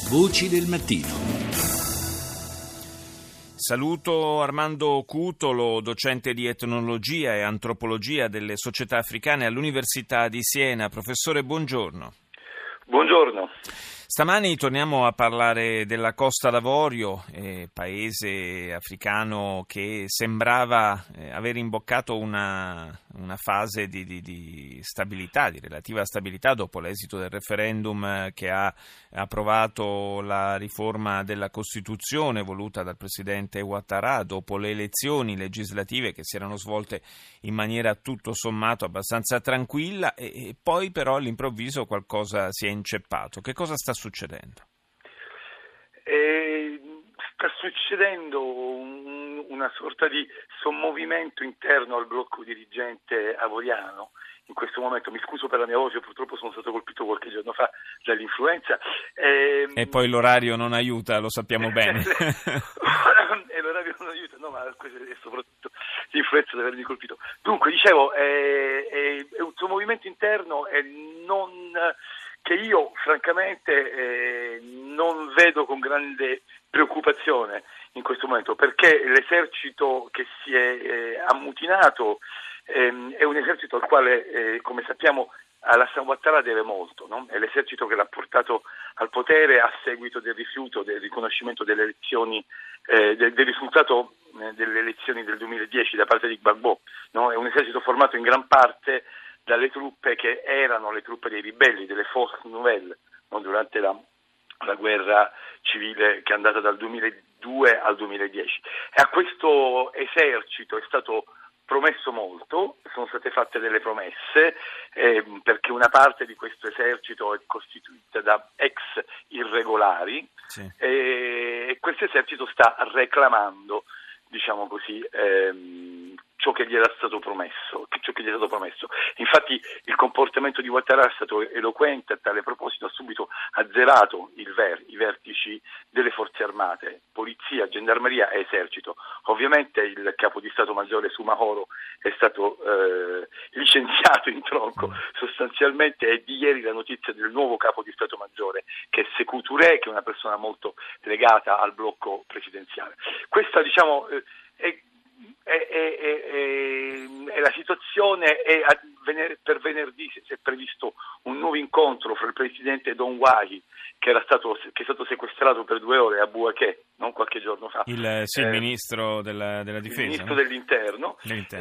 Voci del mattino. Saluto Armando Cutolo, docente di etnologia e antropologia delle società africane all'Università di Siena. Professore, buongiorno. Buongiorno. Stamani torniamo a parlare della Costa d'Avorio, paese africano che sembrava aver imboccato una fase di stabilità, di relativa stabilità dopo l'esito del referendum che ha approvato la riforma della Costituzione voluta dal presidente Ouattara, dopo le elezioni legislative che si erano svolte in maniera tutto sommato abbastanza tranquilla e poi però all'improvviso qualcosa si è inceppato. Che cosa sta succedendo? Sta succedendo una sorta di sommovimento interno al blocco dirigente avoriano. In questo momento, mi scuso per la mia voce, purtroppo sono stato colpito qualche giorno fa dall'influenza. E poi l'orario non aiuta, lo sappiamo bene. E l'orario non aiuta, no, ma è soprattutto l'influenza di avermi colpito. Dunque, dicevo, è un sommovimento interno e che io francamente non vedo con grande preoccupazione in questo momento, perché l'esercito che si è ammutinato è un esercito al quale, come sappiamo, Alassane Ouattara deve molto, no? È l'esercito che l'ha portato al potere a seguito del rifiuto del riconoscimento delle elezioni, del risultato delle elezioni del 2010 da parte di Gbagbo, no? È un esercito formato in gran parte dalle truppe che erano le truppe dei ribelli, delle Forces Nouvelles, no? Durante la guerra civile che è andata dal 2002 al 2010. E a questo esercito è stato promesso molto, sono state fatte delle promesse, perché una parte di questo esercito è costituita da ex irregolari, sì. E questo esercito sta reclamando, diciamo così, ciò che gli era stato promesso. Infatti il comportamento di Ouattara è stato eloquente a tale proposito, ha subito azzerato i vertici delle forze armate, polizia, gendarmeria e esercito. Ovviamente il capo di Stato Maggiore Soumaoro è stato licenziato in tronco sostanzialmente. È di ieri la notizia del nuovo capo di Stato Maggiore, che è Sékou Touré, che è una persona molto legata al blocco presidenziale. Questa, diciamo, è la situazione. Per venerdì si è previsto un nuovo incontro fra il presidente Don Wai, che è stato sequestrato per 2 ore a Bouaké, non qualche giorno fa. Il ministro della difesa. Il ministro dell'interno.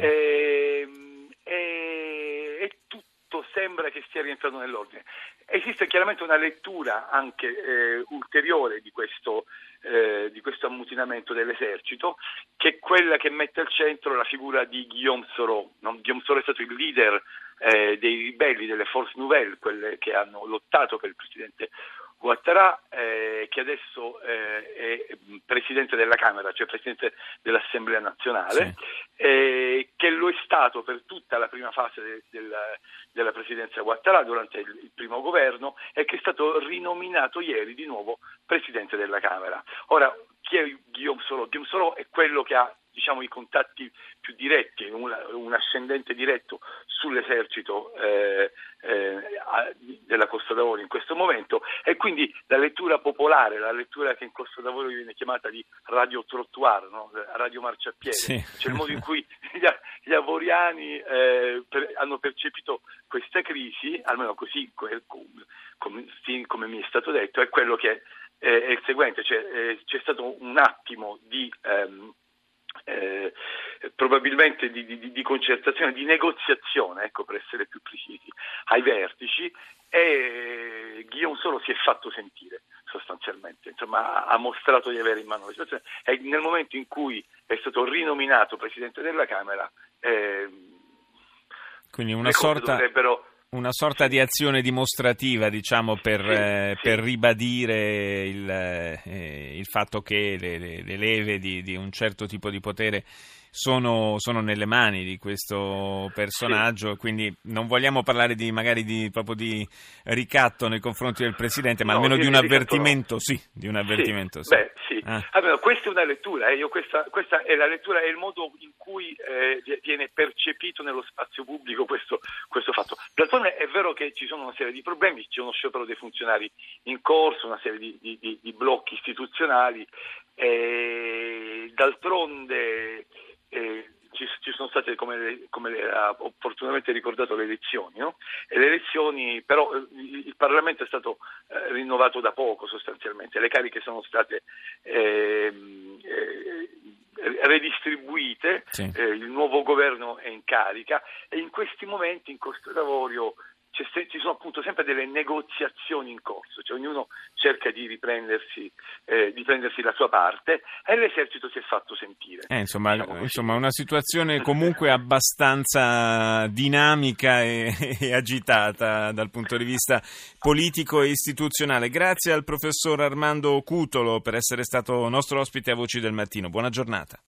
E tutto sembra che stia rientrando nell'ordine. Esiste chiaramente una lettura anche ulteriore di questo ammutinamento dell'esercito, che è quella che mette al centro la figura di Guillaume Soro. Guillaume Soro è stato il leader dei ribelli delle Forces Nouvelles, quelle che hanno lottato per il presidente Ouattara, che adesso è presidente della Camera, cioè presidente dell'Assemblea nazionale, sì. Che lo è stato per tutta la prima fase della presidenza Ouattara durante il primo governo, e che è stato rinominato ieri di nuovo presidente della Camera. Ora, chi è Guillaume Soro? Guillaume Soro è quello che ha, diciamo, i contatti più diretti, un ascendente diretto sull'esercito della Costa d'Avorio in questo momento, e quindi la lettura popolare, la lettura che in Costa d'Avorio viene chiamata di radio trottoir, no? Radio marciapiede, sì. Cioè il modo in cui gli avoriani hanno percepito questa crisi, almeno così come mi è stato detto, è quello che è il seguente, cioè c'è stato un attimo di probabilmente di concertazione, di negoziazione, ecco, per essere più precisi, ai vertici, e Guillaume Soro si è fatto sentire sostanzialmente, insomma ha mostrato di avere in mano la situazione, e nel momento in cui è stato rinominato presidente della Camera, quindi una sorta di azione dimostrativa, diciamo, per ribadire il fatto che le leve di un certo tipo di potere sono nelle mani di questo personaggio, quindi non vogliamo parlare proprio di ricatto nei confronti del Presidente, ma almeno di un avvertimento, no. Sì, di un avvertimento, sì. Beh, sì. Allora, questa è una lettura, questa è la lettura, è il modo in cui viene percepito nello spazio pubblico questo fatto. D'altronde è vero che ci sono una serie di problemi, c'è uno sciopero dei funzionari in corso, una serie di blocchi istituzionali, d'altronde ci sono state, come ha opportunamente ricordato, le elezioni, no? E le elezioni, però il Parlamento è stato rinnovato da poco sostanzialmente, le cariche sono state redistribuite, sì. Il nuovo governo è in carica e in questi momenti in Costa d'Avorio ci sono appunto sempre delle negoziazioni in corso, cioè ognuno cerca di prendersi la sua parte e l'esercito si è fatto sentire. Insomma, una situazione comunque abbastanza dinamica e agitata dal punto di vista politico e istituzionale. Grazie al professor Armando Cutolo per essere stato nostro ospite a Voci del Mattino. Buona giornata.